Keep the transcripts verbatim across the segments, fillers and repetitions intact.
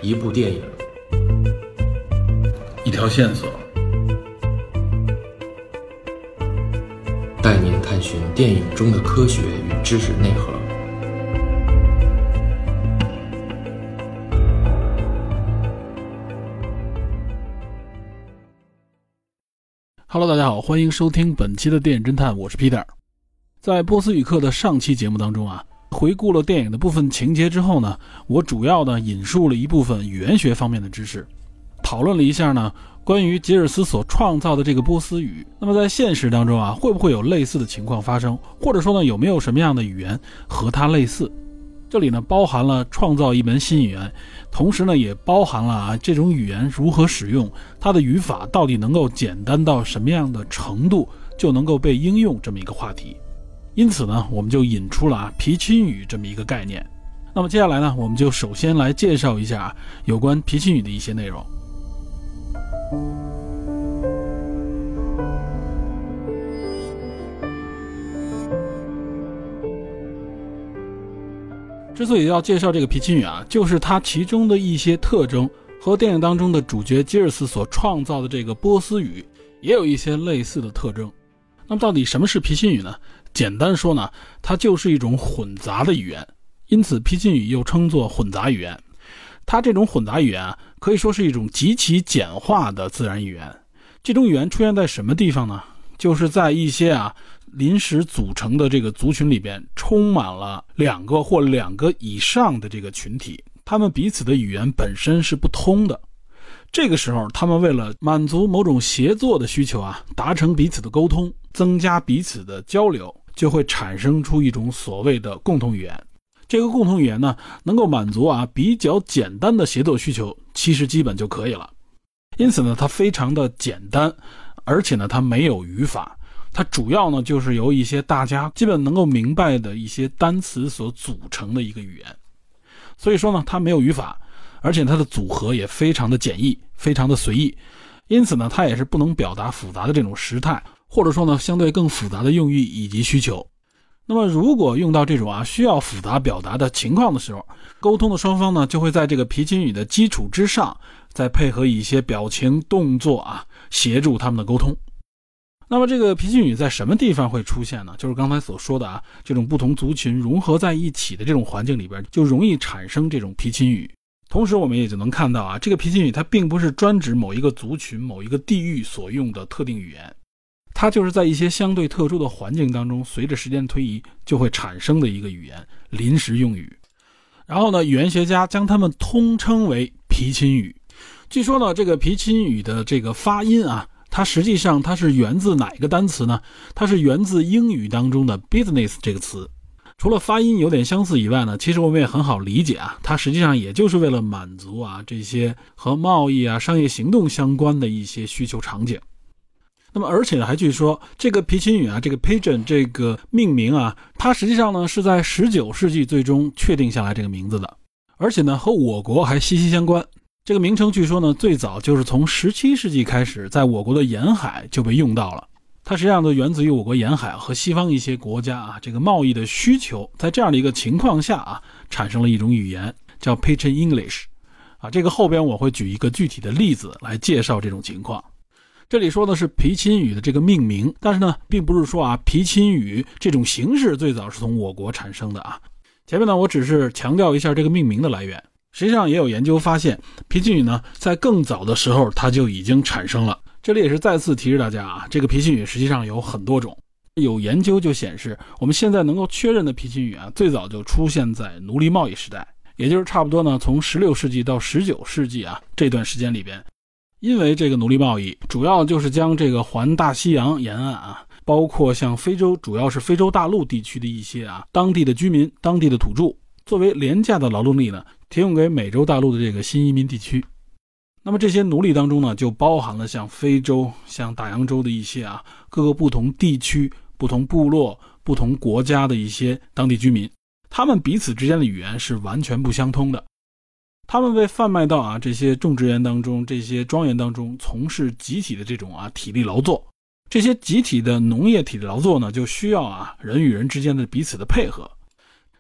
一部电影， 一条线索， 带您探寻电影中的科学与知识内核。 Hello， 大家好，欢迎收听本期的电影侦探，我是 Peter。在波斯语课的上期节目当中啊，回顾了电影的部分情节之后呢，我主要呢引述了一部分语言学方面的知识，讨论了一下呢关于吉尔斯所创造的这个波斯语，那么在现实当中啊，会不会有类似的情况发生，或者说呢有没有什么样的语言和它类似？这里呢包含了创造一门新语言，同时呢也包含了啊这种语言如何使用，它的语法到底能够简单到什么样的程度就能够被应用这么一个话题。因此呢我们就引出了啊皮钦语这么一个概念。那么接下来呢我们就首先来介绍一下啊有关皮钦语的一些内容。之所以要介绍这个皮钦语啊，就是它其中的一些特征和电影当中的主角吉尔斯所创造的这个波斯语也有一些类似的特征。那么到底什么是皮钦语呢？简单说呢，它就是一种混杂的语言，因此皮钦语又称作混杂语言。它这种混杂语言啊，可以说是一种极其简化的自然语言。这种语言出现在什么地方呢？就是在一些啊临时组成的这个族群里边，充满了两个或两个以上的这个群体，他们彼此的语言本身是不通的。这个时候他们为了满足某种协作的需求啊，达成彼此的沟通，增加彼此的交流，就会产生出一种所谓的共同语言。这个共同语言呢，能够满足啊比较简单的协作需求，其实基本就可以了。因此呢，它非常的简单，而且呢，它没有语法，它主要呢就是由一些大家基本能够明白的一些单词所组成的一个语言。所以说呢，它没有语法，而且它的组合也非常的简易，非常的随意。因此呢，它也是不能表达复杂的这种时态，或者说呢，相对更复杂的用意以及需求。那么如果用到这种啊需要复杂表达的情况的时候，沟通的双方呢就会在这个皮钦语的基础之上，再配合一些表情动作啊，协助他们的沟通。那么这个皮钦语在什么地方会出现呢？就是刚才所说的啊，这种不同族群融合在一起的这种环境里边，就容易产生这种皮钦语。同时我们也就能看到啊，这个皮钦语它并不是专指某一个族群、某一个地域所用的特定语言，它就是在一些相对特殊的环境当中，随着时间推移就会产生的一个语言，临时用语。然后呢，语言学家将它们通称为皮钦语。据说呢，这个皮钦语的这个发音啊，它实际上它是源自哪个单词呢？它是源自英语当中的 business 这个词。除了发音有点相似以外呢，其实我们也很好理解啊，它实际上也就是为了满足啊这些和贸易啊、商业行动相关的一些需求场景。那么而且呢，还据说这个皮钦语啊，这个 Pidgin 这个命名啊，它实际上呢是在十九世纪最终确定下来这个名字的，而且呢和我国还息息相关。这个名称据说呢最早就是从十七世纪开始在我国的沿海就被用到了。它实际上都源自于我国沿海和西方一些国家啊这个贸易的需求，在这样的一个情况下啊产生了一种语言叫 Pidgin English 啊，这个后边我会举一个具体的例子来介绍这种情况。这里说的是皮钦语的这个命名，但是呢并不是说啊皮钦语这种形式最早是从我国产生的啊。前面呢我只是强调一下这个命名的来源，实际上也有研究发现皮钦语呢在更早的时候它就已经产生了。这里也是再次提示大家啊，这个皮钦语实际上有很多种。有研究就显示，我们现在能够确认的皮钦语啊，最早就出现在奴隶贸易时代，也就是差不多呢从十六世纪到十九世纪啊这段时间里边。因为这个奴隶贸易主要就是将这个环大西洋沿岸啊，包括像非洲，主要是非洲大陆地区的一些啊当地的居民、当地的土著，作为廉价的劳动力呢，提供给美洲大陆的这个新移民地区。那么这些奴隶当中呢，就包含了像非洲、像大洋洲的一些啊各个不同地区、不同部落、不同国家的一些当地居民，他们彼此之间的语言是完全不相通的。他们被贩卖到啊这些种植园当中、这些庄园当中，从事集体的这种啊体力劳作。这些集体的农业体力劳作呢，就需要啊人与人之间的彼此的配合。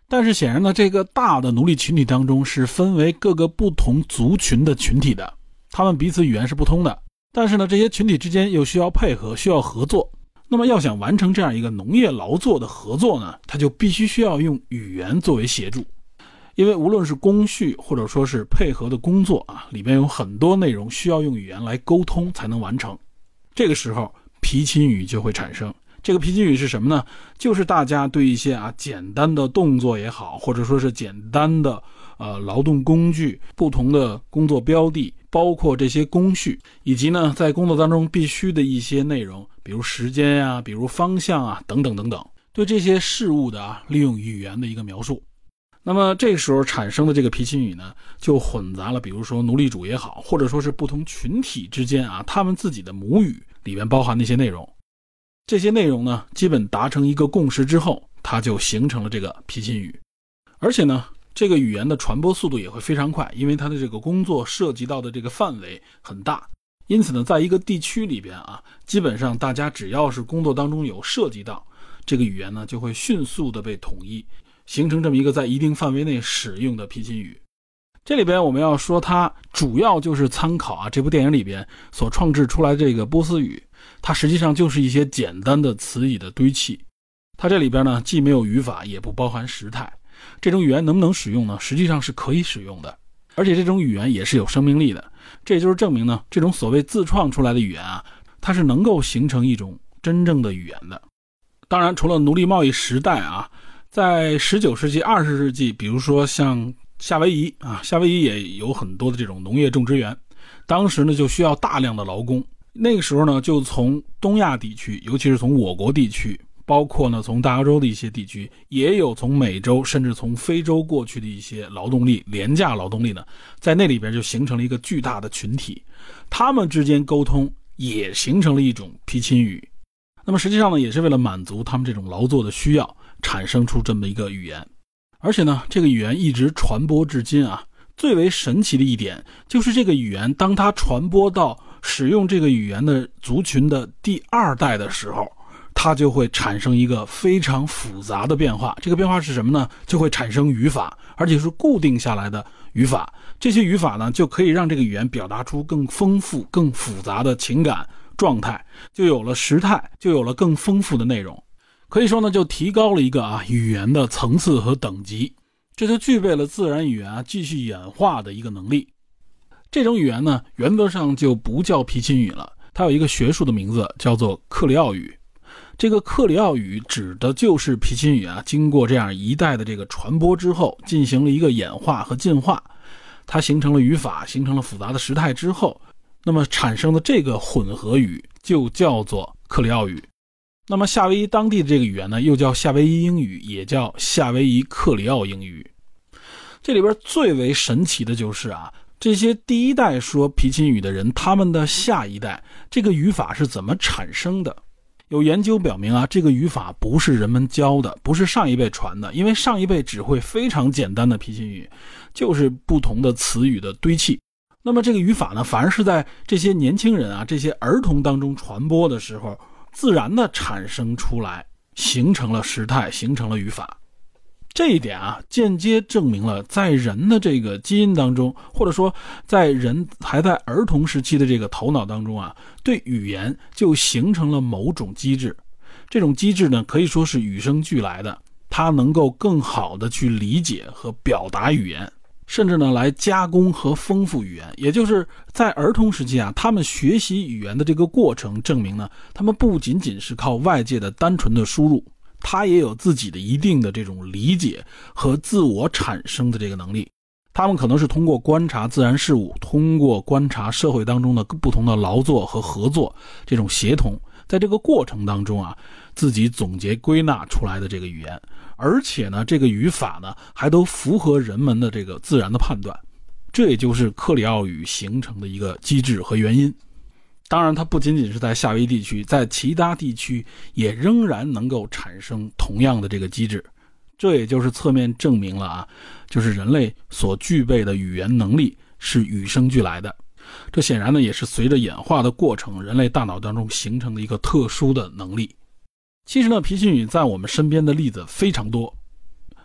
但是显然呢，这个大的奴隶群体当中是分为各个不同族群的群体的，他们彼此语言是不通的，但是呢，这些群体之间又需要配合，需要合作。那么要想完成这样一个农业劳作的合作呢，它就必须需要用语言作为协助。因为无论是工序或者说是配合的工作啊，里面有很多内容需要用语言来沟通才能完成。这个时候皮琴语就会产生。这个皮琴语是什么呢？就是大家对一些啊简单的动作也好，或者说是简单的呃劳动工具、不同的工作标的，包括这些工序，以及呢在工作当中必须的一些内容，比如时间呀、啊、比如方向啊等等等等，对这些事物的啊利用语言的一个描述。那么这个时候产生的这个皮琴语呢，就混杂了比如说奴隶主也好，或者说是不同群体之间啊他们自己的母语里面包含的一些内容。这些内容呢基本达成一个共识之后，它就形成了这个皮琴语。而且呢这个语言的传播速度也会非常快，因为它的这个工作涉及到的这个范围很大，因此呢在一个地区里边啊，基本上大家只要是工作当中有涉及到这个语言呢，就会迅速的被统一，形成这么一个在一定范围内使用的皮琴语。这里边我们要说它主要就是参考啊这部电影里边所创制出来的这个波斯语，它实际上就是一些简单的词语的堆砌。它这里边呢既没有语法，也不包含时态。这种语言能不能使用呢？实际上是可以使用的，而且这种语言也是有生命力的。这就是证明呢，这种所谓自创出来的语言啊，它是能够形成一种真正的语言的。当然除了奴隶贸易时代啊，在十九世纪二十世纪，比如说像夏威夷啊，夏威夷也有很多的这种农业种植园，当时呢就需要大量的劳工。那个时候呢就从东亚地区，尤其是从我国地区，包括呢从大洋洲的一些地区，也有从美洲甚至从非洲过去的一些劳动力，廉价劳动力呢，在那里边就形成了一个巨大的群体，他们之间沟通也形成了一种皮琴语。那么实际上呢也是为了满足他们这种劳作的需要，产生出这么一个语言。而且呢这个语言一直传播至今啊，最为神奇的一点就是这个语言当它传播到使用这个语言的族群的第二代的时候，它就会产生一个非常复杂的变化。这个变化是什么呢？就会产生语法，而且是固定下来的语法。这些语法呢就可以让这个语言表达出更丰富更复杂的情感状态，就有了时态，就有了更丰富的内容。可以说呢就提高了一个啊语言的层次和等级，这就具备了自然语言啊继续演化的一个能力。这种语言呢原则上就不叫皮琴语了，它有一个学术的名字叫做克里奥语。这个克里奥语指的就是皮琴语啊经过这样一代的这个传播之后，进行了一个演化和进化，它形成了语法，形成了复杂的时态之后，那么产生的这个混合语就叫做克里奥语。那么夏威夷当地的这个语言呢又叫夏威夷英语，也叫夏威夷克里奥英语。这里边最为神奇的就是啊，这些第一代说皮琴语的人，他们的下一代这个语法是怎么产生的。有研究表明啊，这个语法不是人们教的，不是上一辈传的，因为上一辈只会非常简单的皮琴语，就是不同的词语的堆砌。那么这个语法呢反而是在这些年轻人啊这些儿童当中传播的时候自然的产生出来，形成了时态，形成了语法。这一点啊间接证明了在人的这个基因当中，或者说在人还在儿童时期的这个头脑当中啊，对语言就形成了某种机制。这种机制呢可以说是与生俱来的，它能够更好的去理解和表达语言，甚至呢来加工和丰富语言。也就是在儿童时期啊，他们学习语言的这个过程证明呢，他们不仅仅是靠外界的单纯的输入，他也有自己的一定的这种理解和自我产生的这个能力。他们可能是通过观察自然事物，通过观察社会当中的不同的劳作和合作，这种协同，在这个过程当中啊，自己总结归纳出来的这个语言。而且呢这个语法呢还都符合人们的这个自然的判断，这也就是克里奥语形成的一个机制和原因。当然它不仅仅是在夏威夷地区，在其他地区也仍然能够产生同样的这个机制。这也就是侧面证明了啊，就是人类所具备的语言能力是与生俱来的。这显然呢也是随着演化的过程，人类大脑当中形成的一个特殊的能力。其实呢皮琴语在我们身边的例子非常多，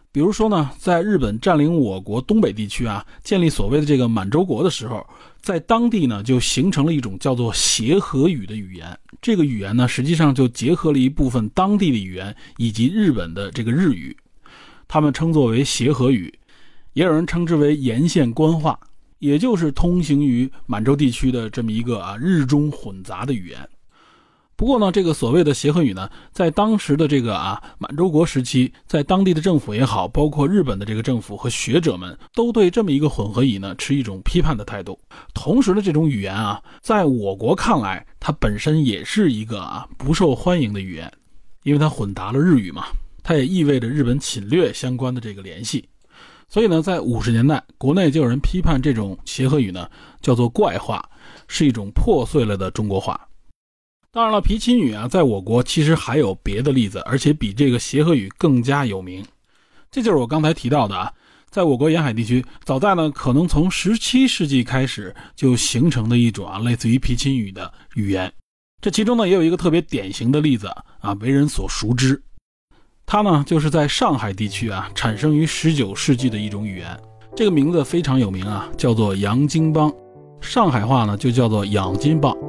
比如说呢，在日本占领我国东北地区啊，建立所谓的这个满洲国的时候，在当地呢就形成了一种叫做协和语的语言。这个语言呢，实际上就结合了一部分当地的语言以及日本的这个日语，他们称作为协和语，也有人称之为沿线官话，也就是通行于满洲地区的这么一个啊日中混杂的语言。不过呢，这个所谓的协和语呢，在当时的这个啊满洲国时期，在当地的政府也好，包括日本的这个政府和学者们，都对这么一个混合语呢持一种批判的态度。同时的这种语言啊，在我国看来，它本身也是一个啊不受欢迎的语言，因为它混杂了日语嘛，它也意味着日本侵略相关的这个联系。所以呢，在五十年代，国内就有人批判这种协和语呢叫做怪话，是一种破碎了的中国话。当然了，皮钦语啊，在我国其实还有别的例子，而且比这个协和语更加有名。这就是我刚才提到的啊，在我国沿海地区，早在呢可能从十七世纪开始就形成的一种啊类似于皮钦语的语言。这其中呢也有一个特别典型的例子啊，为人所熟知。它呢就是在上海地区啊产生于十九世纪的一种语言，这个名字非常有名啊，叫做洋泾浜。上海话呢就叫做养金浜。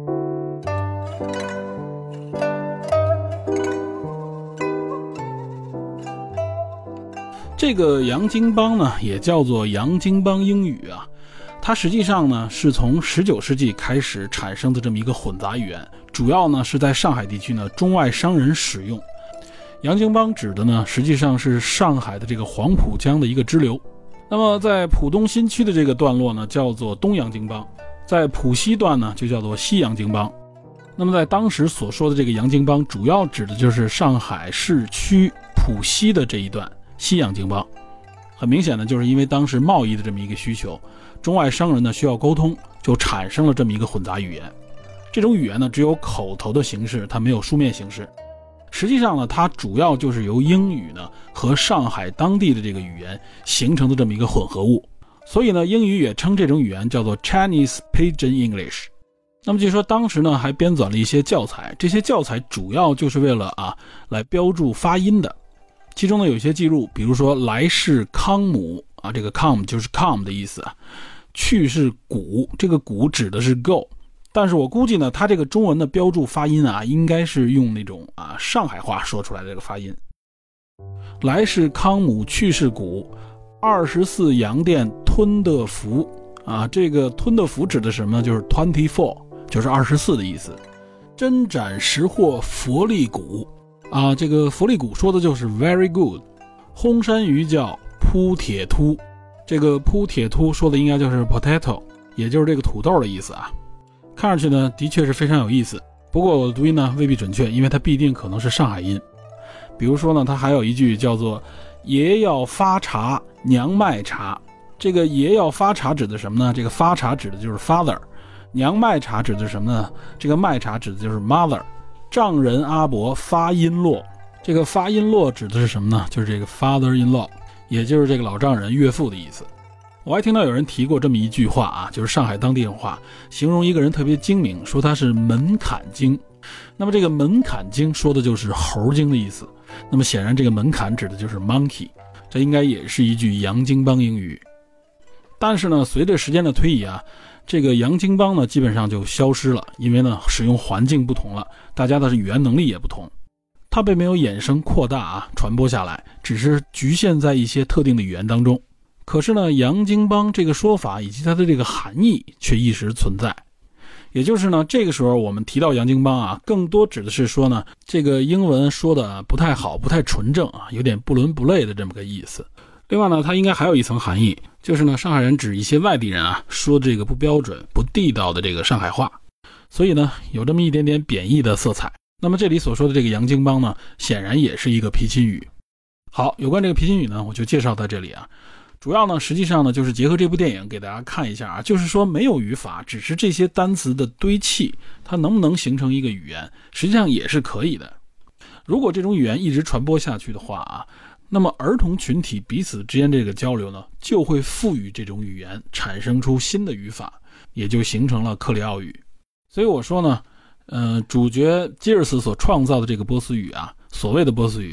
这个洋泾浜呢也叫做洋泾浜英语啊，它实际上呢是从十九世纪开始产生的这么一个混杂语言，主要呢是在上海地区呢中外商人使用。洋泾浜指的呢实际上是上海的这个黄浦江的一个支流。那么在浦东新区的这个段落呢叫做东洋泾浜，在浦西段呢就叫做西洋泾浜。那么在当时所说的这个洋泾浜，主要指的就是上海市区浦西的这一段西洋泾浜。很明显的就是因为当时贸易的这么一个需求，中外商人呢需要沟通，就产生了这么一个混杂语言。这种语言呢只有口头的形式，它没有书面形式。实际上呢，它主要就是由英语呢和上海当地的这个语言形成的这么一个混合物。所以呢，英语也称这种语言叫做 Chinese Pidgin English。那么据说当时呢还编纂了一些教材，这些教材主要就是为了啊来标注发音的。其中呢有一些记录，比如说来世康姆啊，这个 come 就是 come 的意思啊，去是古，这个古指的是 go， 但是我估计呢它这个中文的标注发音啊应该是用那种啊上海话说出来的这个发音。来世康姆去是古，二十四阳殿吞的福啊，这个吞的福指的什么呢？就是 twenty-four， 就是二十四的意思。真斩实获佛力谷啊，这个佛力谷说的就是 very good。 烘山鱼叫扑铁突，这个扑铁突说的应该就是 potato， 也就是这个土豆的意思啊。看上去呢的确是非常有意思，不过我的读音呢未必准确，因为它必定可能是上海音。比如说呢，它还有一句叫做爷要发茶娘卖茶，这个爷要发茶指的什么呢？这个发茶指的就是 father， 娘卖茶指的是什么呢？这个卖茶指的就是 mother。丈人阿伯发音落，这个发音落指的是什么呢？就是这个 father in law， 也就是这个老丈人岳父的意思。我还听到有人提过这么一句话啊，就是上海当地人话，形容一个人特别精明，说他是门槛精。那么这个门槛精说的就是猴精的意思，那么显然这个门槛指的就是 monkey， 这应该也是一句洋泾浜英语。但是呢，随着时间的推移啊，这个洋泾浜呢基本上就消失了，因为呢使用环境不同了，大家的语言能力也不同，它并没有衍生扩大啊传播下来，只是局限在一些特定的语言当中。可是呢，洋泾浜这个说法以及它的这个含义却一直存在。也就是呢，这个时候我们提到洋泾浜啊，更多指的是说呢，这个英文说的不太好，不太纯正啊，有点不伦不类的这么个意思。另外呢，它应该还有一层含义，就是呢，上海人指一些外地人啊，说这个不标准、不地道的这个上海话，所以呢，有这么一点点贬义的色彩。那么这里所说的这个洋泾浜呢，显然也是一个皮钦语。好，有关这个皮钦语呢，我就介绍到这里啊。主要呢，实际上呢，就是结合这部电影给大家看一下啊，就是说没有语法，只是这些单词的堆砌，它能不能形成一个语言，实际上也是可以的。如果这种语言一直传播下去的话啊，那么儿童群体彼此之间这个交流呢，就会赋予这种语言产生出新的语法，也就形成了克里奥语。所以我说呢，呃，主角吉尔斯所创造的这个波斯语啊，所谓的波斯语，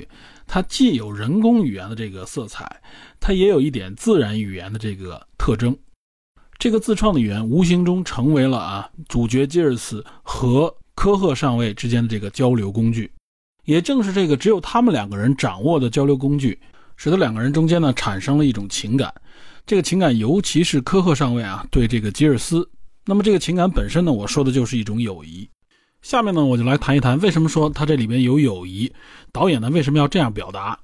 它既有人工语言的这个色彩，它也有一点自然语言的这个特征。这个自创的语言无形中成为了啊主角吉尔斯和科赫上尉之间的这个交流工具。也正是这个只有他们两个人掌握的交流工具，使得两个人中间呢产生了一种情感。这个情感尤其是科赫上尉啊对这个吉尔斯，那么这个情感本身呢，我说的就是一种友谊。下面呢我就来谈一谈为什么说它这里边有友谊，导演呢为什么要这样表达。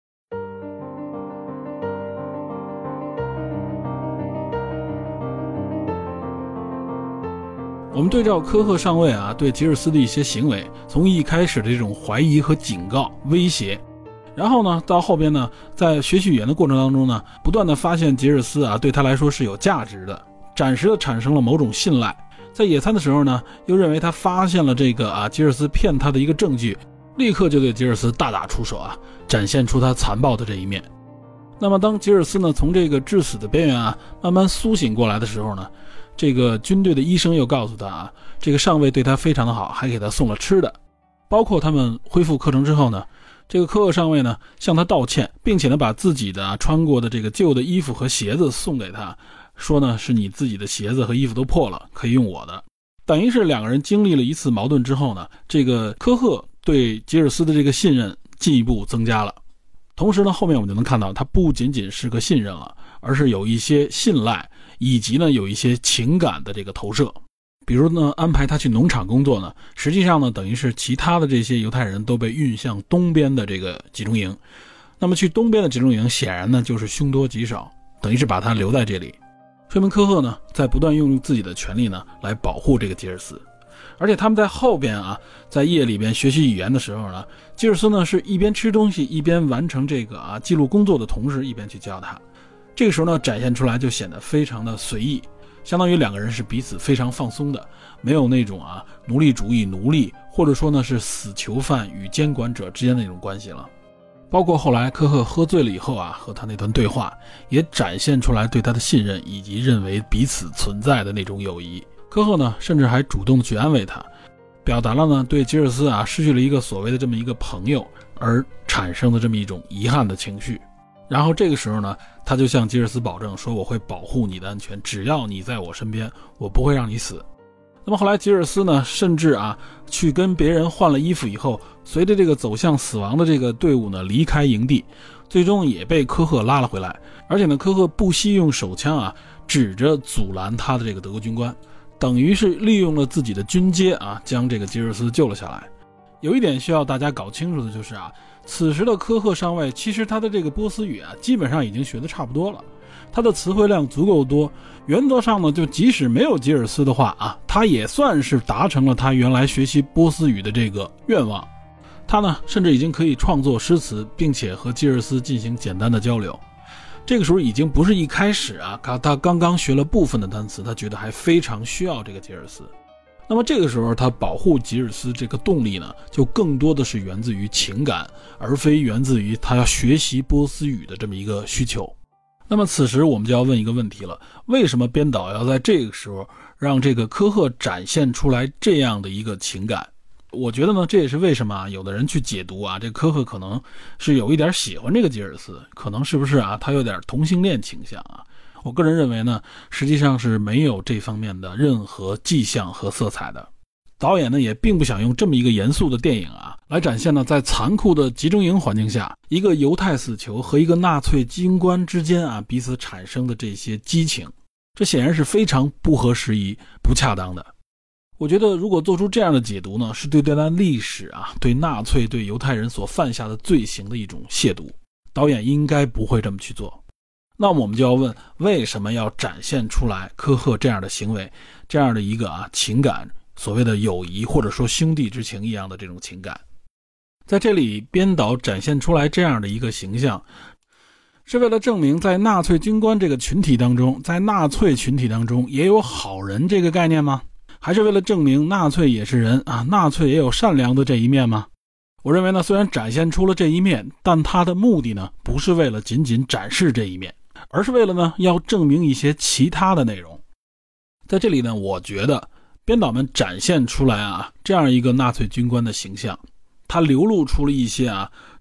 我们对照科赫上尉啊对吉尔斯的一些行为，从一开始的这种怀疑和警告威胁，然后呢到后边呢在学习语言的过程当中呢，不断的发现吉尔斯啊对他来说是有价值的，暂时的产生了某种信赖。在野餐的时候呢，又认为他发现了这个啊吉尔斯骗他的一个证据，立刻就对吉尔斯大打出手啊，展现出他残暴的这一面。那么当吉尔斯呢从这个致死的边缘啊慢慢苏醒过来的时候呢，这个军队的医生又告诉他啊，这个上尉对他非常的好，还给他送了吃的。包括他们恢复课程之后呢，这个科赫上尉呢向他道歉，并且呢把自己的、啊、穿过的这个旧的衣服和鞋子送给他，说呢是你自己的鞋子和衣服都破了，可以用我的。等于是两个人经历了一次矛盾之后呢，这个科赫对吉尔斯的这个信任进一步增加了。同时呢，后面我们就能看到他不仅仅是个信任了，而是有一些信赖，以及呢有一些情感的这个投射。比如呢安排他去农场工作呢，实际上呢等于是其他的这些犹太人都被运向东边的这个集中营。那么去东边的集中营显然呢就是凶多吉少，等于是把他留在这里。说明科赫呢在不断用自己的权力呢来保护这个吉尔斯。而且他们在后边啊，在夜里边学习语言的时候呢，吉尔斯呢是一边吃东西一边完成这个啊记录工作的同时一边去教他。这个时候呢展现出来就显得非常的随意，相当于两个人是彼此非常放松的，没有那种啊奴隶主义奴隶，或者说呢是死囚犯与监管者之间的那种关系了。包括后来科赫喝醉了以后啊，和他那段对话也展现出来对他的信任，以及认为彼此存在的那种友谊。科赫呢甚至还主动去安慰他，表达了呢对吉尔斯啊失去了一个所谓的这么一个朋友而产生的这么一种遗憾的情绪。然后这个时候呢，他就向吉尔斯保证说，我会保护你的安全，只要你在我身边，我不会让你死。那么后来吉尔斯呢甚至啊去跟别人换了衣服以后，随着这个走向死亡的这个队伍呢离开营地，最终也被科赫拉了回来。而且呢科赫不惜用手枪啊指着阻拦他的这个德国军官，等于是利用了自己的军阶啊将这个吉尔斯救了下来。有一点需要大家搞清楚的就是啊，此时的科赫上尉其实他的这个波斯语啊基本上已经学得差不多了，他的词汇量足够多，原则上呢就即使没有吉尔斯的话啊，他也算是达成了他原来学习波斯语的这个愿望。他呢甚至已经可以创作诗词，并且和吉尔斯进行简单的交流。这个时候已经不是一开始啊他刚刚学了部分的单词，他觉得还非常需要这个吉尔斯。那么这个时候他保护吉尔斯这个动力呢就更多的是源自于情感，而非源自于他要学习波斯语的这么一个需求。那么此时我们就要问一个问题了，为什么编导要在这个时候让这个科赫展现出来这样的一个情感？我觉得呢这也是为什么啊有的人去解读啊这科赫可能是有一点喜欢这个吉尔斯，可能是不是啊他有点同性恋倾向啊。我个人认为呢实际上是没有这方面的任何迹象和色彩的。导演呢也并不想用这么一个严肃的电影啊来展现呢在残酷的集中营环境下，一个犹太死囚和一个纳粹军官之间啊彼此产生的这些激情，这显然是非常不合时宜不恰当的。我觉得如果做出这样的解读呢，是对这段历史啊对纳粹对犹太人所犯下的罪行的一种亵渎，导演应该不会这么去做。那么我们就要问，为什么要展现出来科赫这样的行为，这样的一个啊情感，所谓的友谊或者说兄弟之情一样的这种情感？在这里编导展现出来这样的一个形象，是为了证明在纳粹军官这个群体当中，在纳粹群体当中也有好人这个概念吗？还是为了证明纳粹也是人啊，纳粹也有善良的这一面吗？我认为呢，虽然展现出了这一面，但他的目的呢不是为了仅仅展示这一面，而是为了呢要证明一些其他的内容。在这里呢，我觉得编导们展现出来啊这样一个纳粹军官的形象，他流露出了一些啊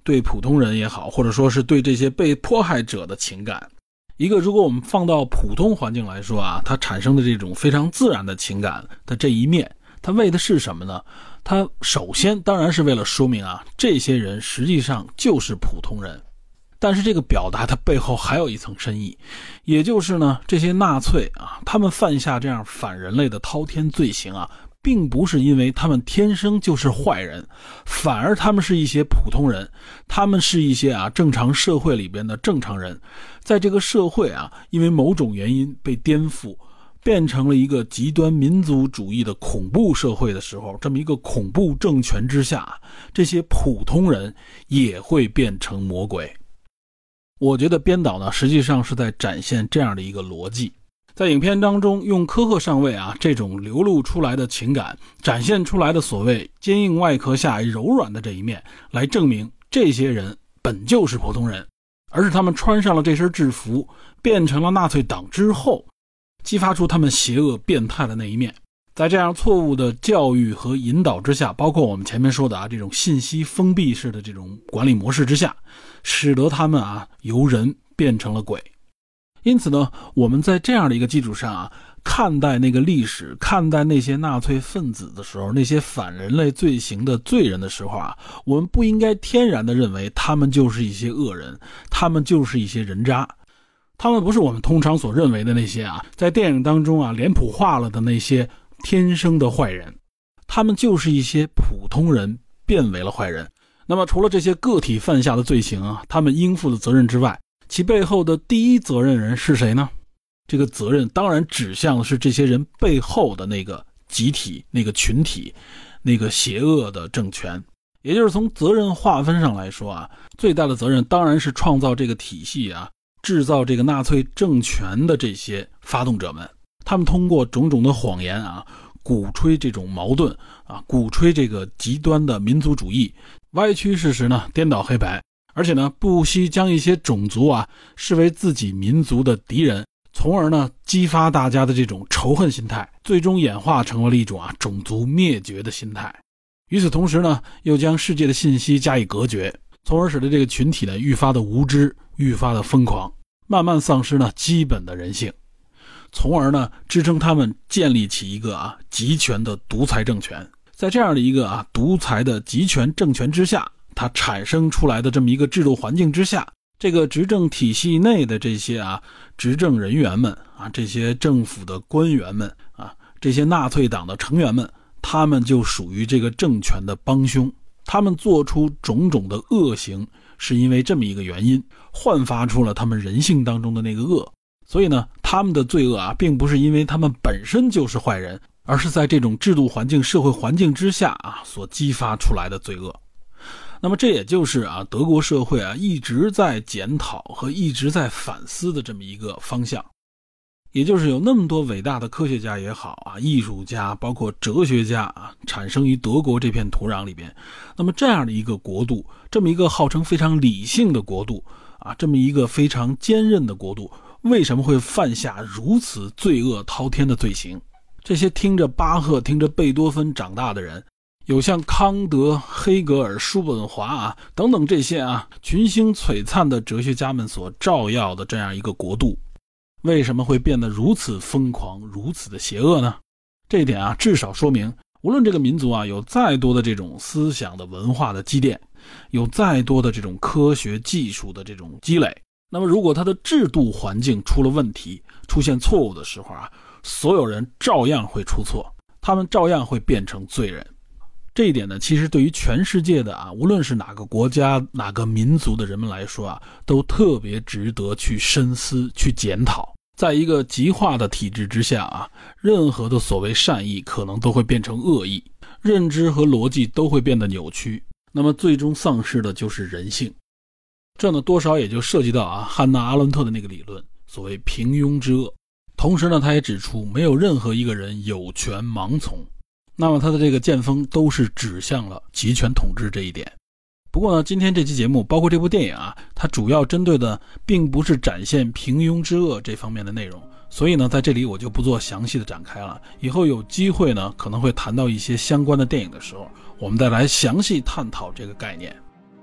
对普通人也好，或者说是对这些被迫害者的情感。一个如果我们放到普通环境来说啊，它产生的这种非常自然的情感的这一面，它为的是什么呢？它首先当然是为了说明啊，这些人实际上就是普通人。但是这个表达它背后还有一层深意，也就是呢，这些纳粹啊，他们犯下这样反人类的滔天罪行啊，并不是因为他们天生就是坏人，反而他们是一些普通人，他们是一些啊正常社会里边的正常人，在这个社会啊，因为某种原因被颠覆，变成了一个极端民族主义的恐怖社会的时候，这么一个恐怖政权之下，这些普通人也会变成魔鬼。我觉得编导呢，实际上是在展现这样的一个逻辑。在影片当中，用科赫上尉啊这种流露出来的情感，展现出来的所谓坚硬外壳下柔软的这一面，来证明这些人本就是普通人，而是他们穿上了这身制服，变成了纳粹党之后，激发出他们邪恶变态的那一面。在这样错误的教育和引导之下，包括我们前面说的啊这种信息封闭式的这种管理模式之下，使得他们啊由人变成了鬼。因此呢，我们在这样的一个基础上啊，看待那个历史，看待那些纳粹分子的时候，那些反人类罪行的罪人的时候啊，我们不应该天然的认为他们就是一些恶人，他们就是一些人渣。他们不是我们通常所认为的那些啊，在电影当中啊脸谱化了的那些天生的坏人，他们就是一些普通人变为了坏人。那么除了这些个体犯下的罪行啊，他们应负的责任之外，其背后的第一责任人是谁呢？这个责任当然指向的是这些人背后的那个集体、那个群体、那个邪恶的政权。也就是从责任划分上来说啊，最大的责任当然是创造这个体系啊，制造这个纳粹政权的这些发动者们。他们通过种种的谎言啊，鼓吹这种矛盾啊，鼓吹这个极端的民族主义，歪曲事实呢，颠倒黑白，而且呢，不惜将一些种族啊视为自己民族的敌人，从而呢激发大家的这种仇恨心态，最终演化成为了一种啊种族灭绝的心态。与此同时呢，又将世界的信息加以隔绝，从而使得这个群体呢愈发的无知，愈发的疯狂，慢慢丧失呢基本的人性，从而呢支撑他们建立起一个啊集权的独裁政权。在这样的一个啊独裁的集权政权之下，它产生出来的这么一个制度环境之下，这个执政体系内的这些啊执政人员们啊，这些政府的官员们啊，这些纳粹党的成员们，他们就属于这个政权的帮凶。他们做出种种的恶行，是因为这么一个原因，焕发出了他们人性当中的那个恶。所以呢，他们的罪恶啊，并不是因为他们本身就是坏人，而是在这种制度环境、社会环境之下啊所激发出来的罪恶。那么这也就是啊德国社会啊一直在检讨和一直在反思的这么一个方向。也就是有那么多伟大的科学家也好啊，艺术家包括哲学家啊，产生于德国这片土壤里边。那么这样的一个国度，这么一个号称非常理性的国度啊，这么一个非常坚韧的国度，为什么会犯下如此罪恶滔天的罪行？这些听着巴赫、听着贝多芬长大的人，有像康德、黑格尔、叔本华啊等等这些啊群星璀璨的哲学家们所照耀的这样一个国度，为什么会变得如此疯狂，如此的邪恶呢？这一点啊，至少说明，无论这个民族啊有再多的这种思想的文化的积淀，有再多的这种科学技术的这种积累，那么如果它的制度环境出了问题，出现错误的时候啊，所有人照样会出错，他们照样会变成罪人。这一点呢，其实对于全世界的啊，无论是哪个国家、哪个民族的人们来说啊，都特别值得去深思、去检讨。在一个极化的体制之下啊，任何的所谓善意可能都会变成恶意，认知和逻辑都会变得扭曲，那么最终丧失的就是人性。这呢，多少也就涉及到啊汉娜·阿伦特的那个理论，所谓平庸之恶。同时呢，他也指出没有任何一个人有权盲从。那么他的这个剑锋都是指向了集权统治这一点。不过呢，今天这期节目包括这部电影啊，它主要针对的并不是展现平庸之恶这方面的内容，所以呢，在这里我就不做详细的展开了。以后有机会呢，可能会谈到一些相关的电影的时候，我们再来详细探讨这个概念。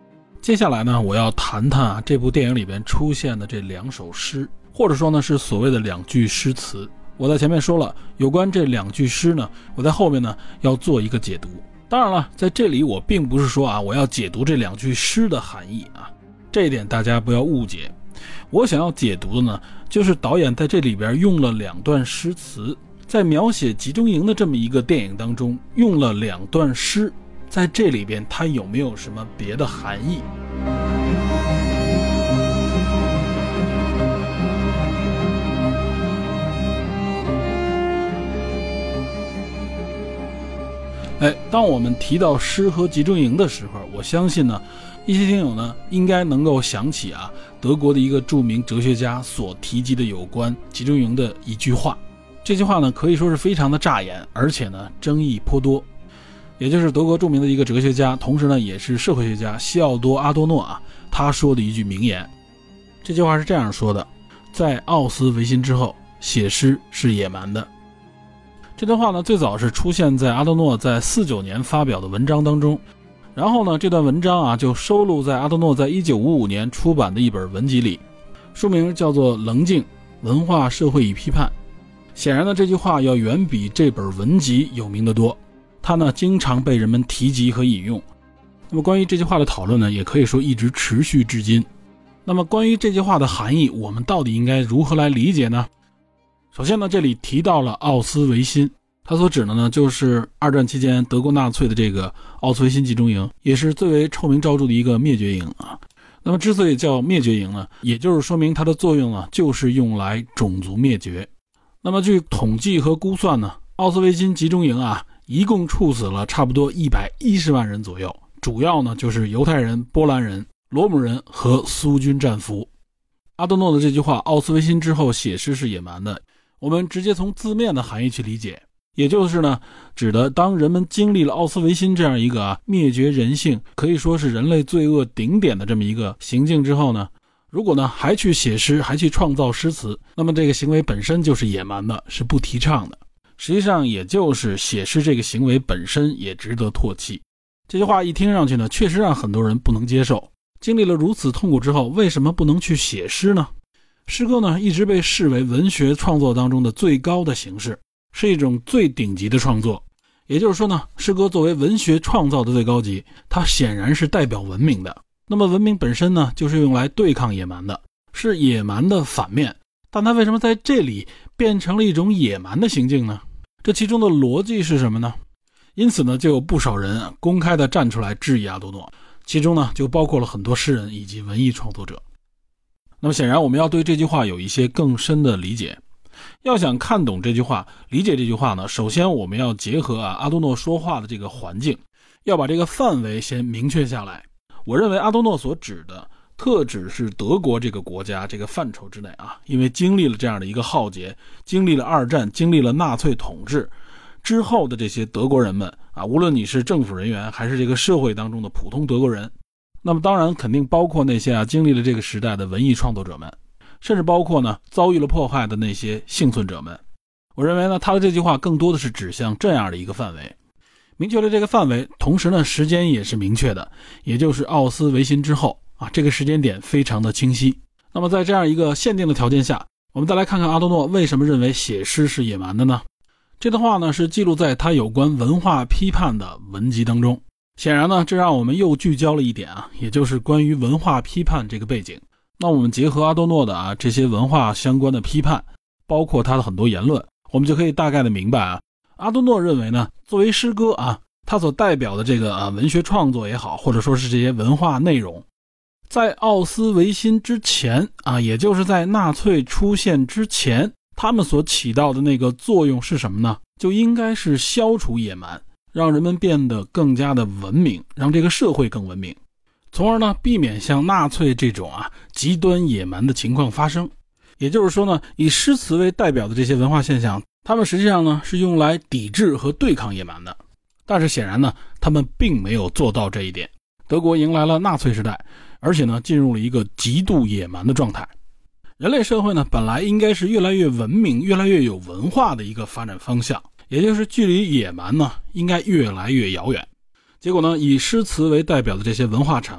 接下来呢，我要谈谈啊这部电影里边出现的这两首诗，或者说呢是所谓的两句诗词。我在前面说了，有关这两句诗呢，我在后面呢要做一个解读。当然了，在这里我并不是说啊我要解读这两句诗的含义啊，这一点大家不要误解。我想要解读的呢，就是导演在这里边用了两段诗词，在描写集中营的这么一个电影当中用了两段诗，在这里边它有没有什么别的含义？哎，当我们提到诗和集中营的时候，我相信呢，一些听友呢应该能够想起啊，德国的一个著名哲学家所提及的有关集中营的一句话。这句话呢可以说是非常的炸眼，而且呢争议颇多。也就是德国著名的一个哲学家，同时呢也是社会学家西奥多·阿多诺啊，他说的一句名言。这句话是这样说的：在奥斯维辛之后，写诗是野蛮的。这段话呢最早是出现在阿多诺在四九年发表的文章当中，然后呢这段文章啊就收录在阿多诺在一九五五年出版的一本文集里，书名叫做《棱镜：文化、社会与批判》。显然呢这句话要远比这本文集有名得多，它呢经常被人们提及和引用。那么关于这句话的讨论呢，也可以说一直持续至今。那么关于这句话的含义，我们到底应该如何来理解呢？首先呢，这里提到了奥斯维辛，它所指的呢就是二战期间德国纳粹的这个奥斯维辛集中营，也是最为臭名昭著的一个灭绝营啊。那么之所以叫灭绝营呢，也就是说明它的作用呢就是用来种族灭绝。那么据统计和估算呢，奥斯维辛集中营啊一共处死了差不多一百一十万人左右，主要呢就是犹太人、波兰人、罗姆人和苏军战俘。阿多诺的这句话，奥斯维辛之后写诗是野蛮的，我们直接从字面的含义去理解，也就是呢指的当人们经历了奥斯维辛这样一个啊灭绝人性，可以说是人类罪恶顶点的这么一个行径之后呢，如果呢还去写诗，还去创造诗词，那么这个行为本身就是野蛮的，是不提倡的。实际上也就是写诗这个行为本身也值得唾弃。这句话一听上去呢，确实让很多人不能接受。经历了如此痛苦之后，为什么不能去写诗呢？诗歌呢一直被视为文学创作当中的最高的形式，是一种最顶级的创作。也就是说呢，诗歌作为文学创造的最高级，它显然是代表文明的。那么文明本身呢就是用来对抗野蛮的，是野蛮的反面，但它为什么在这里变成了一种野蛮的行径呢？这其中的逻辑是什么呢？因此呢就有不少人公开的站出来质疑阿多诺，其中呢就包括了很多诗人以及文艺创作者。那么显然我们要对这句话有一些更深的理解。要想看懂这句话，理解这句话呢，首先我们要结合啊阿多诺说话的这个环境，要把这个范围先明确下来。我认为阿多诺所指的特指是德国这个国家这个范畴之内啊，因为经历了这样的一个浩劫，经历了二战，经历了纳粹统治之后的这些德国人们啊，无论你是政府人员还是这个社会当中的普通德国人，那么当然肯定包括那些啊经历了这个时代的文艺创作者们，甚至包括呢遭遇了迫害的那些幸存者们。我认为呢他的这句话更多的是指向这样的一个范围。明确了这个范围，同时呢时间也是明确的，也就是奥斯维辛之后啊，这个时间点非常的清晰。那么在这样一个限定的条件下，我们再来看看阿多诺为什么认为写诗是野蛮的呢？这段话呢是记录在他有关文化批判的文集当中。显然呢这让我们又聚焦了一点啊，也就是关于文化批判这个背景。那我们结合阿多诺的啊这些文化相关的批判，包括他的很多言论，我们就可以大概的明白啊，阿多诺认为呢，作为诗歌啊，他所代表的这个啊文学创作也好，或者说是这些文化内容，在奥斯维辛之前啊，也就是在纳粹出现之前，他们所起到的那个作用是什么呢？就应该是消除野蛮，让人们变得更加的文明，让这个社会更文明，从而呢避免像纳粹这种啊极端野蛮的情况发生。也就是说呢，以诗词为代表的这些文化现象，他们实际上呢是用来抵制和对抗野蛮的。但是显然呢，他们并没有做到这一点。德国迎来了纳粹时代，而且呢进入了一个极度野蛮的状态。人类社会呢本来应该是越来越文明，越来越有文化的一个发展方向，也就是距离野蛮呢应该越来越遥远。结果呢，以诗词为代表的这些文化产物，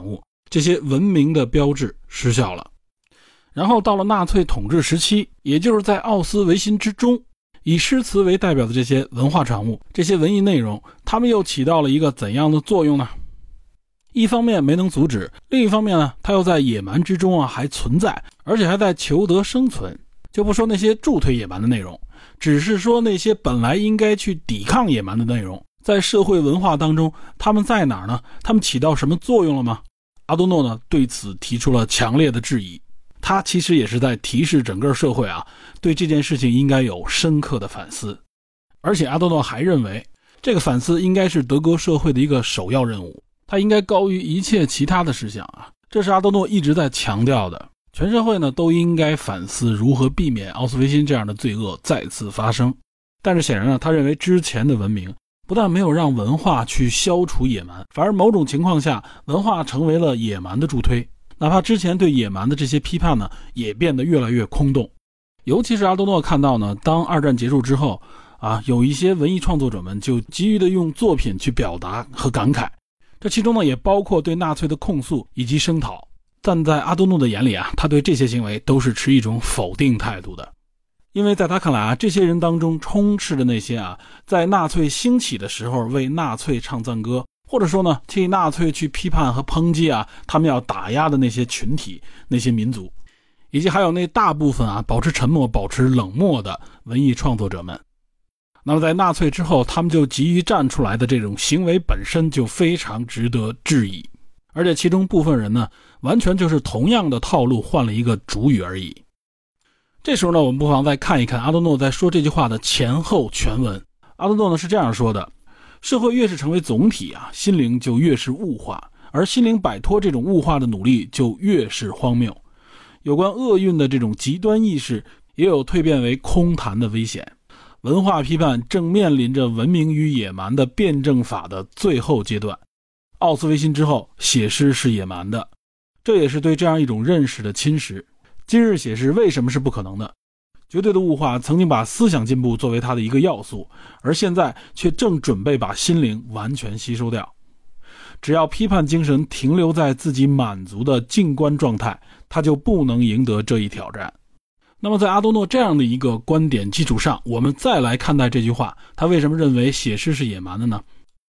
这些文明的标志失效了。然后到了纳粹统治时期，也就是在奥斯维辛之中，以诗词为代表的这些文化产物，这些文艺内容，它们又起到了一个怎样的作用呢？一方面没能阻止，另一方面呢，它又在野蛮之中啊还存在，而且还在求得生存。就不说那些助推野蛮的内容，只是说那些本来应该去抵抗野蛮的内容，在社会文化当中，他们在哪儿呢？他们起到什么作用了吗？阿多诺呢对此提出了强烈的质疑。他其实也是在提示整个社会啊，对这件事情应该有深刻的反思。而且阿多诺还认为，这个反思应该是德国社会的一个首要任务，它应该高于一切其他的事项啊。这是阿多诺一直在强调的。全社会呢都应该反思如何避免奥斯维辛这样的罪恶再次发生。但是显然呢，他认为之前的文明不但没有让文化去消除野蛮，反而某种情况下文化成为了野蛮的助推。哪怕之前对野蛮的这些批判呢，也变得越来越空洞。尤其是阿多诺看到呢，当二战结束之后啊，有一些文艺创作者们就急于的用作品去表达和感慨，这其中呢也包括对纳粹的控诉以及声讨。但在阿多诺的眼里啊，他对这些行为都是持一种否定态度的。因为在他看来啊，这些人当中充斥着那些啊，在纳粹兴起的时候为纳粹唱赞歌，或者说呢，替纳粹去批判和抨击啊，他们要打压的那些群体、那些民族，以及还有那大部分啊保持沉默、保持冷漠的文艺创作者们。那么在纳粹之后，他们就急于站出来的这种行为本身就非常值得质疑，而且其中部分人呢，完全就是同样的套路换了一个主语而已。这时候呢，我们不妨再看一看阿多诺在说这句话的前后全文。阿多诺呢是这样说的：社会越是成为总体啊，心灵就越是物化，而心灵摆脱这种物化的努力就越是荒谬。有关厄运的这种极端意识也有蜕变为空谈的危险。文化批判正面临着文明与野蛮的辩证法的最后阶段。奥斯维辛之后，写诗是野蛮的，这也是对这样一种认识的侵蚀。今日写诗为什么是不可能的？绝对的物化曾经把思想进步作为它的一个要素，而现在却正准备把心灵完全吸收掉。只要批判精神停留在自己满足的静观状态，他就不能赢得这一挑战。那么在阿多诺这样的一个观点基础上，我们再来看待这句话，他为什么认为写诗是野蛮的呢？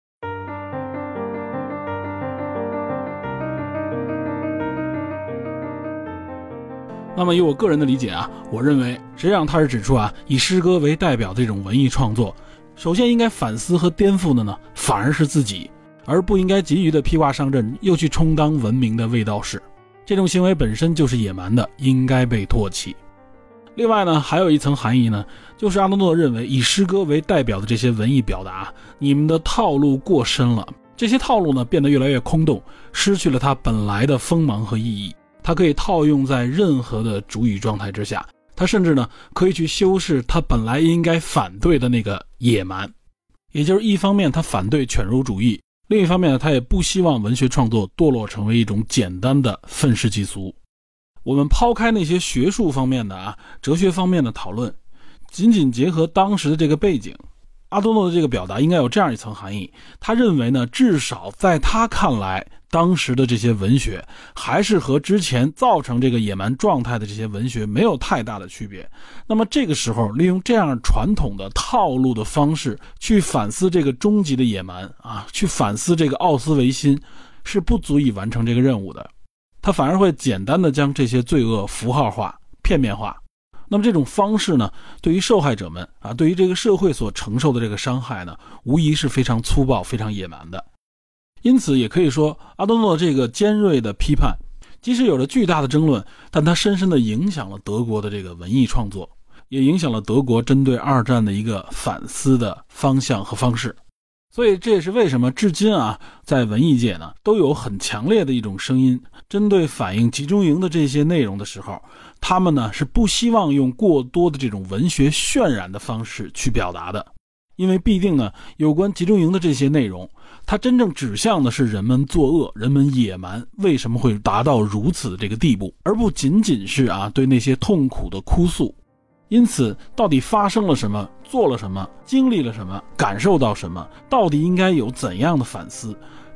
那么以我个人的理解啊，我认为实际上他是指出啊，以诗歌为代表的这种文艺创作，首先应该反思和颠覆的呢，反而是自己，而不应该急于的披挂上阵，又去充当文明的卫道士。这种行为本身就是野蛮的，应该被唾弃。另外呢，还有一层含义呢，就是阿多诺认为以诗歌为代表的这些文艺表达，你们的套路过深了，这些套路呢变得越来越空洞，失去了它本来的锋芒和意义。它可以套用在任何的主语状态之下，它甚至呢可以去修饰它本来应该反对的那个野蛮。也就是一方面他反对犬儒主义，另一方面呢，他也不希望文学创作堕落成为一种简单的愤世嫉俗。我们抛开那些学术方面的啊哲学方面的讨论，仅仅结合当时的这个背景，阿多诺的这个表达应该有这样一层含义。他认为呢，至少在他看来，当时的这些文学还是和之前造成这个野蛮状态的这些文学没有太大的区别。那么这个时候利用这样传统的套路的方式去反思这个终极的野蛮啊，去反思这个奥斯维辛，是不足以完成这个任务的。他反而会简单的将这些罪恶符号化、片面化。那么这种方式呢，对于受害者们啊，对于这个社会所承受的这个伤害呢，无疑是非常粗暴、非常野蛮的。因此也可以说，阿多诺这个尖锐的批判即使有了巨大的争论，但它深深地影响了德国的这个文艺创作，也影响了德国针对二战的一个反思的方向和方式。所以这也是为什么至今啊，在文艺界呢都有很强烈的一种声音，针对反映集中营的这些内容的时候，他们呢是不希望用过多的这种文学渲染的方式去表达的。因为必定呢，有关集中营的这些内容，它真正指向的是人们作恶，人们野蛮为什么会达到如此的这个地步，而不仅仅是啊对那些痛苦的哭诉。因此到底发生了什么，做了什么，经历了什么，感受到什么，到底应该有怎样的反思，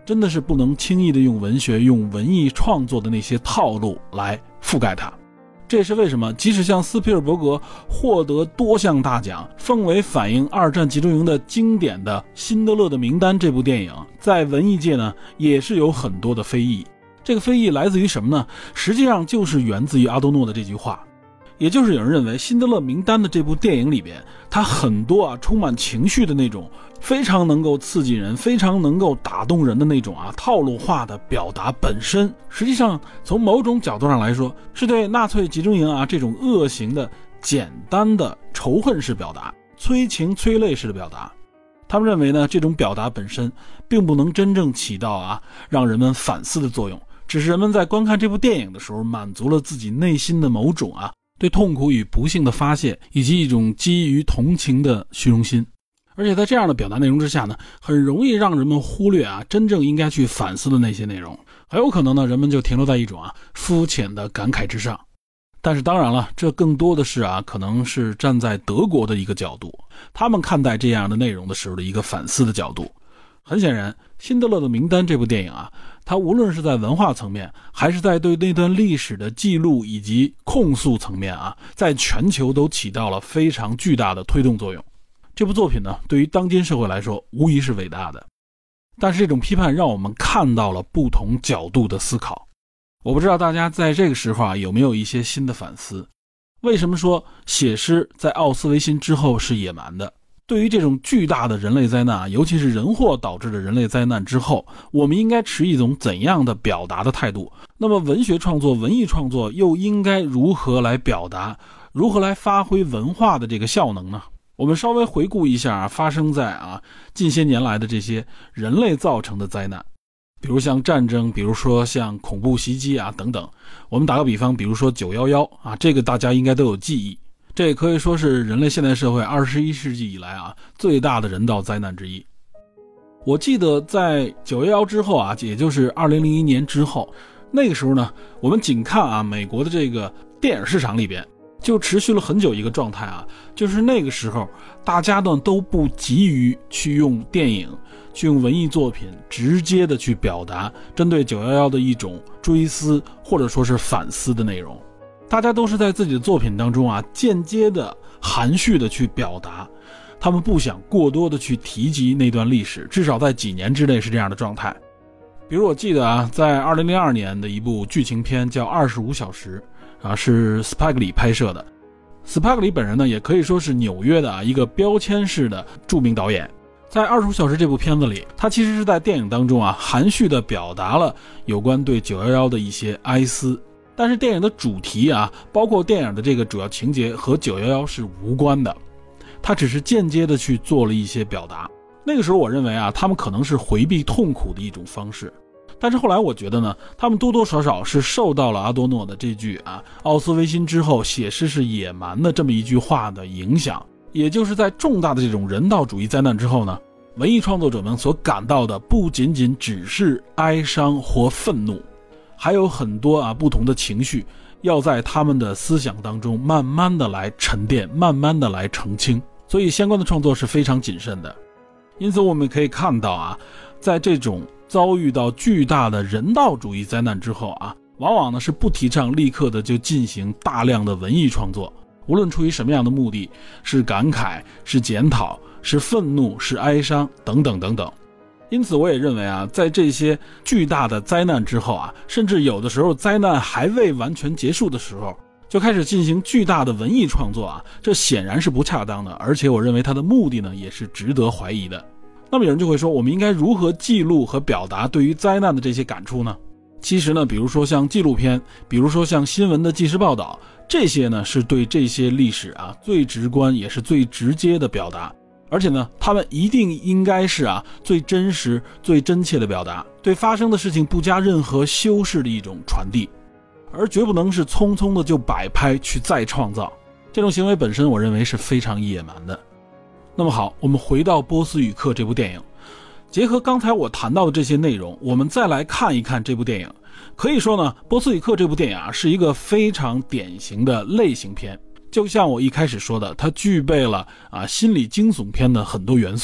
真的是不能轻易的用文学、用文艺创作的那些套路来覆盖它。这也是为什么即使像斯皮尔伯格获得多项大奖，奉为反映二战集中营的经典的《辛德勒的名单》这部电影，在文艺界呢也是有很多的非议。这个非议来自于什么呢？实际上就是源自于阿多诺的这句话，也就是有人认为《辛德勒名单》的这部电影里边，它很多啊充满情绪的那种，非常能够刺激人，非常能够打动人的那种啊套路化的表达本身，实际上从某种角度上来说，是对纳粹集中营啊这种恶行的简单的仇恨式表达，催情催泪式的表达。他们认为呢，这种表达本身并不能真正起到啊让人们反思的作用，只是人们在观看这部电影的时候，满足了自己内心的某种啊对痛苦与不幸的发泄，以及一种基于同情的虚荣心。而且在这样的表达内容之下呢，很容易让人们忽略啊真正应该去反思的那些内容，很有可能呢人们就停留在一种啊肤浅的感慨之上。但是当然了，这更多的是啊可能是站在德国的一个角度，他们看待这样的内容的时候的一个反思的角度。很显然，辛德勒的名单这部电影啊，它无论是在文化层面，还是在对那段历史的记录以及控诉层面啊，在全球都起到了非常巨大的推动作用。这部作品呢，对于当今社会来说无疑是伟大的，但是这种批判让我们看到了不同角度的思考。我不知道大家在这个时候啊有没有一些新的反思。为什么说写诗在奥斯维辛之后是野蛮的？对于这种巨大的人类灾难，尤其是人祸导致的人类灾难之后，我们应该持一种怎样的表达的态度？那么文学创作、文艺创作又应该如何来表达，如何来发挥文化的这个效能呢？我们稍微回顾一下啊，发生在啊近些年来的这些人类造成的灾难，比如像战争，比如说像恐怖袭击啊等等。我们打个比方，比如说九一一啊，这个大家应该都有记忆。这也可以说是人类现代社会二十一世纪以来啊最大的人道灾难之一。我记得在九一一之后啊，也就是二零零一年之后，那个时候呢，我们仅看啊美国的这个电影市场里边，就持续了很久一个状态啊，就是那个时候大家呢都不急于去用电影、去用文艺作品直接的去表达针对九一一的一种追思或者说是反思的内容。大家都是在自己的作品当中啊，间接的、含蓄的去表达，他们不想过多的去提及那段历史，至少在几年之内是这样的状态。比如我记得啊，在二零零二年的一部剧情片叫《二十五小时》啊，是斯派克里拍摄的。斯派克里本人呢，也可以说是纽约的啊一个标签式的著名导演。在《二十五小时》这部片子里，他其实是在电影当中啊，含蓄的表达了有关对九一一的一些哀思。但是电影的主题啊，包括电影的这个主要情节和九一一是无关的，他只是间接的去做了一些表达。那个时候我认为啊，他们可能是回避痛苦的一种方式。但是后来我觉得呢，他们多多少少是受到了阿多诺的这句啊奥斯维辛之后写诗是野蛮的这么一句话的影响。也就是在重大的这种人道主义灾难之后呢，文艺创作者们所感到的不仅仅只是哀伤或愤怒，还有很多啊不同的情绪要在他们的思想当中慢慢的来沉淀，慢慢的来澄清，所以相关的创作是非常谨慎的。因此我们可以看到啊，在这种遭遇到巨大的人道主义灾难之后啊，往往呢是不提倡立刻的就进行大量的文艺创作，无论出于什么样的目的，是感慨，是检讨，是愤怒，是哀伤等等等等。因此我也认为啊，在这些巨大的灾难之后啊，甚至有的时候灾难还未完全结束的时候，就开始进行巨大的文艺创作啊，这显然是不恰当的，而且我认为它的目的呢也是值得怀疑的。那么有人就会说，我们应该如何记录和表达对于灾难的这些感触呢？其实呢，比如说像纪录片，比如说像新闻的纪实报道，这些呢是对这些历史啊最直观也是最直接的表达。而且呢，他们一定应该是啊最真实、最真切的表达，对发生的事情不加任何修饰的一种传递，而绝不能是匆匆的就摆拍去再创造。这种行为本身，我认为是非常野蛮的。那么好，我们回到《波斯语课》这部电影，结合刚才我谈到的这些内容，我们再来看一看这部电影。可以说呢，《波斯语课》这部电影啊是一个非常典型的类型片。就像我一开始说的，它具备了啊心理惊悚片的很多元素，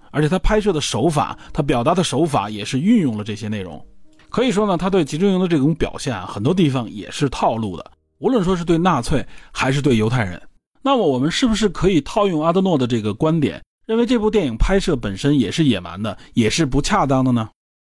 而且他拍摄的手法，他表达的手法也是运用了这些内容。可以说呢，他对集中营的这种表现啊，很多地方也是套路的，无论说是对纳粹还是对犹太人。那么我们是不是可以套用阿德诺的这个观点，认为这部电影拍摄本身也是野蛮的，也是不恰当的呢？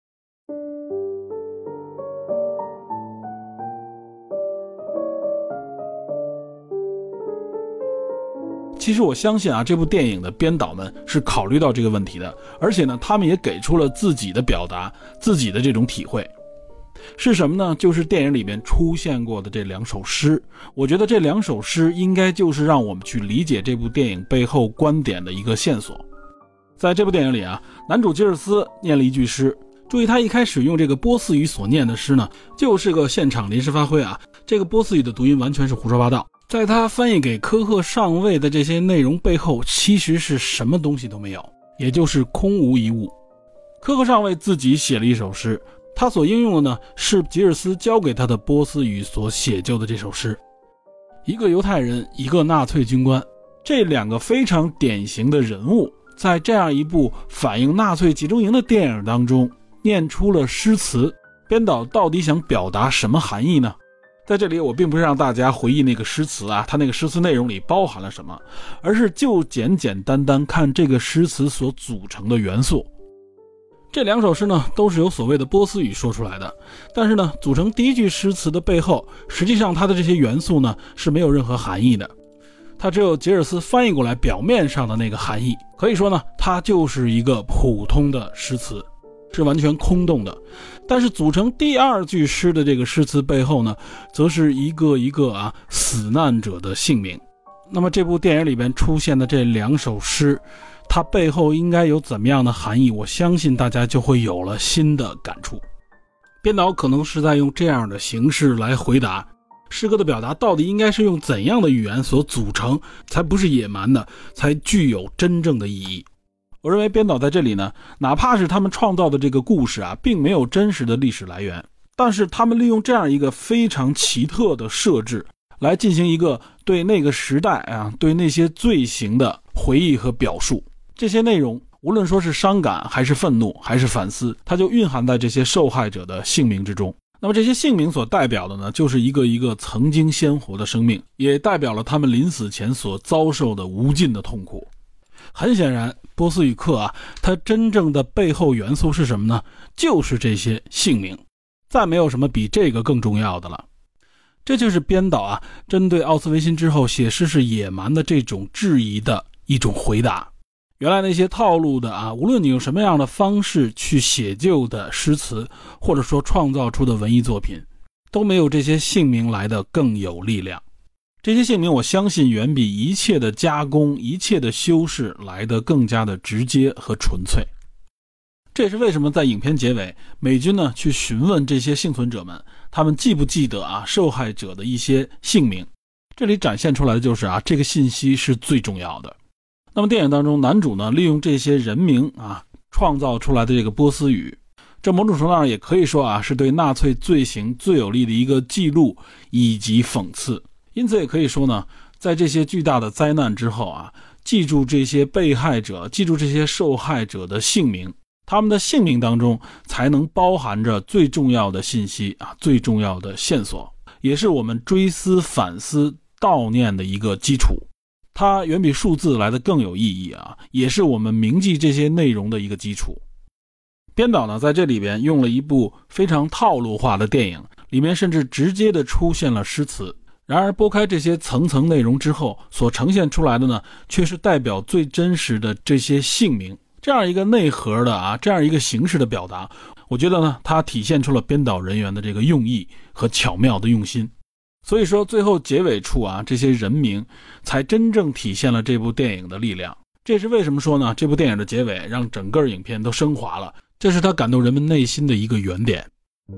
其实我相信啊，这部电影的编导们是考虑到这个问题的，而且呢，他们也给出了自己的表达，自己的这种体会。是什么呢？就是电影里面出现过的这两首诗。我觉得这两首诗应该就是让我们去理解这部电影背后观点的一个线索。在这部电影里啊，男主吉尔斯念了一句诗，注意他一开始用这个波斯语所念的诗呢，就是个现场临时发挥啊，这个波斯语的读音完全是胡说八道。在他翻译给科赫上尉的这些内容背后，其实是什么东西都没有，也就是空无一物。科赫上尉自己写了一首诗，他所应用的呢是吉尔斯教给他的波斯语所写就的这首诗。一个犹太人，一个纳粹军官，这两个非常典型的人物，在这样一部反映纳粹集中营的电影当中念出了诗词，编导到底想表达什么含义呢？在这里我并不是让大家回忆那个诗词啊，它那个诗词内容里包含了什么，而是就简简单单看这个诗词所组成的元素。这两首诗呢都是由所谓的波斯语说出来的，但是呢组成第一句诗词的背后，实际上它的这些元素呢是没有任何含义的，它只有吉尔斯翻译过来表面上的那个含义。可以说呢，它就是一个普通的诗词，是完全空洞的。但是组成第二句诗的这个诗词背后呢，则是一个一个啊死难者的姓名。那么这部电影里边出现的这两首诗，它背后应该有怎么样的含义，我相信大家就会有了新的感触。编导可能是在用这样的形式来回答诗歌的表达到底应该是用怎样的语言所组成，才不是野蛮的，才具有真正的意义。我认为编导在这里呢，哪怕是他们创造的这个故事啊，并没有真实的历史来源，但是他们利用这样一个非常奇特的设置，来进行一个对那个时代啊，对那些罪行的回忆和表述。这些内容无论说是伤感还是愤怒还是反思，它就蕴含在这些受害者的姓名之中。那么这些姓名所代表的呢，就是一个一个曾经鲜活的生命，也代表了他们临死前所遭受的无尽的痛苦。很显然，波斯语课啊，它真正的背后元素是什么呢？就是这些姓名，再没有什么比这个更重要的了。这就是编导啊，针对奥斯维辛之后写诗是野蛮的这种质疑的一种回答。原来那些套路的啊，无论你用什么样的方式去写就的诗词，或者说创造出的文艺作品，都没有这些姓名来的更有力量。这些姓名我相信远比一切的加工，一切的修饰来得更加的直接和纯粹。这也是为什么在影片结尾，美军呢去询问这些幸存者们，他们记不记得啊受害者的一些姓名。这里展现出来的就是啊，这个信息是最重要的。那么电影当中，男主呢利用这些人名啊创造出来的这个波斯语，这某种程度上也可以说啊是对纳粹罪行最有力的一个记录以及讽刺。因此也可以说呢，在这些巨大的灾难之后啊，记住这些被害者，记住这些受害者的姓名，他们的姓名当中才能包含着最重要的信息啊，最重要的线索，也是我们追思反思悼念的一个基础。它远比数字来的更有意义啊，也是我们铭记这些内容的一个基础。编导呢在这里边用了一部非常套路化的电影，里面甚至直接的出现了诗词。然而拨开这些层层内容之后，所呈现出来的呢，却是代表最真实的这些姓名。这样一个内核的啊，这样一个形式的表达，我觉得呢，它体现出了编导人员的这个用意和巧妙的用心。所以说最后结尾处啊，这些人名才真正体现了这部电影的力量。这是为什么说呢？这部电影的结尾让整个影片都升华了，这是它感动人们内心的一个原点。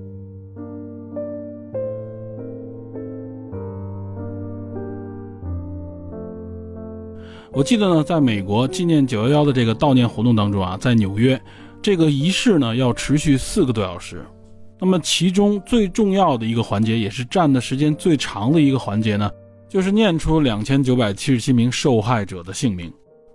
我记得呢，在美国纪念九一一的这个悼念活动当中啊，在纽约，这个仪式呢要持续四个多小时。那么其中最重要的一个环节，也是占的时间最长的一个环节呢，就是念出两千九百七十七名受害者的姓名。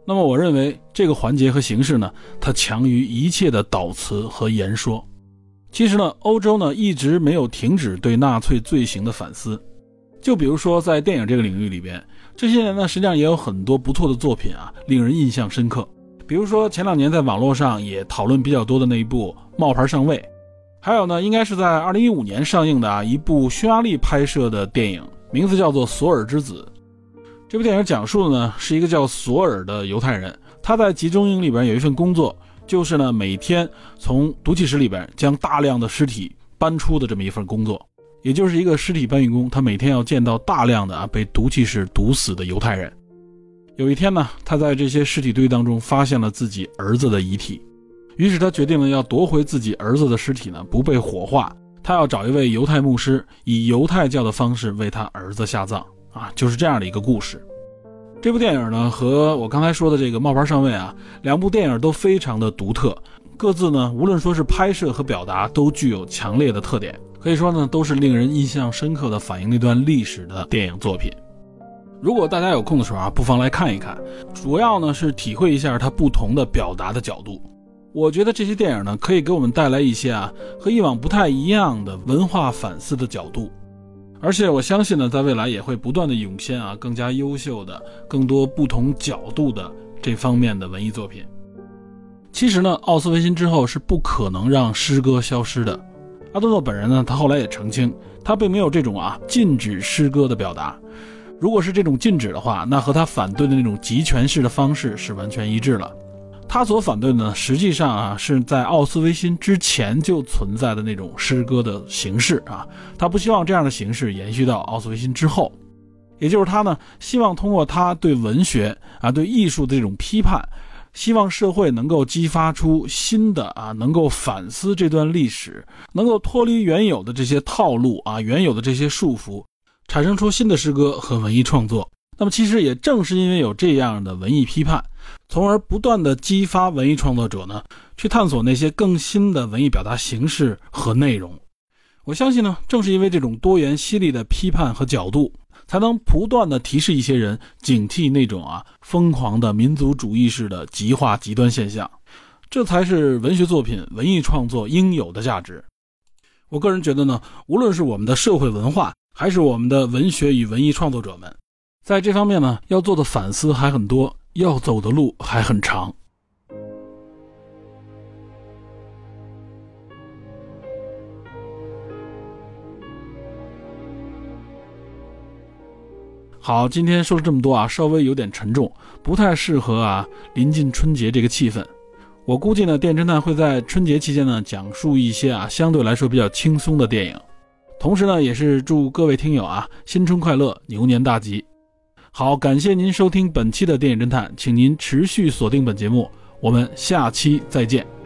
那么我认为这个环节和形式呢，它强于一切的导词和言说。其实呢，欧洲呢一直没有停止对纳粹罪行的反思。就比如说在电影这个领域里边，这些年呢实际上也有很多不错的作品啊，令人印象深刻。比如说前两年在网络上也讨论比较多的那一部《冒牌上尉》，还有呢应该是在二零一五年上映的啊一部匈牙利拍摄的电影，名字叫做《索尔之子》。这部电影讲述的呢是一个叫索尔的犹太人，他在集中营里边有一份工作，就是呢每天从毒气室里边将大量的尸体搬出的这么一份工作，也就是一个尸体搬运工，他每天要见到大量的啊被毒气室毒死的犹太人。有一天呢，他在这些尸体堆当中发现了自己儿子的遗体，于是他决定了要夺回自己儿子的尸体呢不被火化，他要找一位犹太牧师，以犹太教的方式为他儿子下葬啊，就是这样的一个故事。这部电影呢和我刚才说的这个冒牌上尉啊，两部电影都非常的独特，各自呢无论说是拍摄和表达都具有强烈的特点，可以说呢都是令人印象深刻的反映那段历史的电影作品。如果大家有空的时候啊，不妨来看一看，主要呢是体会一下它不同的表达的角度。我觉得这些电影呢可以给我们带来一些啊和以往不太一样的文化反思的角度。而且我相信呢，在未来也会不断的涌现啊更加优秀的、更多不同角度的这方面的文艺作品。其实呢，奥斯维辛之后是不可能让诗歌消失的。阿多诺本人呢，他后来也澄清，他并没有这种啊禁止诗歌的表达。如果是这种禁止的话，那和他反对的那种集权式的方式是完全一致了。他所反对的呢，实际上啊是在奥斯维辛之前就存在的那种诗歌的形式啊，他不希望这样的形式延续到奥斯维辛之后。也就是他呢，希望通过他对文学啊、对艺术的这种批判，希望社会能够激发出新的啊，能够反思这段历史，能够脱离原有的这些套路啊、原有的这些束缚，产生出新的诗歌和文艺创作。那么其实也正是因为有这样的文艺批判，从而不断的激发文艺创作者呢，去探索那些更新的文艺表达形式和内容。我相信呢，正是因为这种多元犀利的批判和角度，才能不断的提示一些人警惕那种啊疯狂的民族主义式的极化极端现象，这才是文学作品、文艺创作应有的价值。我个人觉得呢，无论是我们的社会文化，还是我们的文学与文艺创作者们，在这方面呢，要做的反思还很多，要走的路还很长。好，今天说了这么多啊，稍微有点沉重，不太适合啊临近春节这个气氛。我估计呢，电侦探会在春节期间呢，讲述一些啊相对来说比较轻松的电影。同时呢，也是祝各位听友啊新春快乐，牛年大吉。好，感谢您收听本期的电影侦探，请您持续锁定本节目，我们下期再见。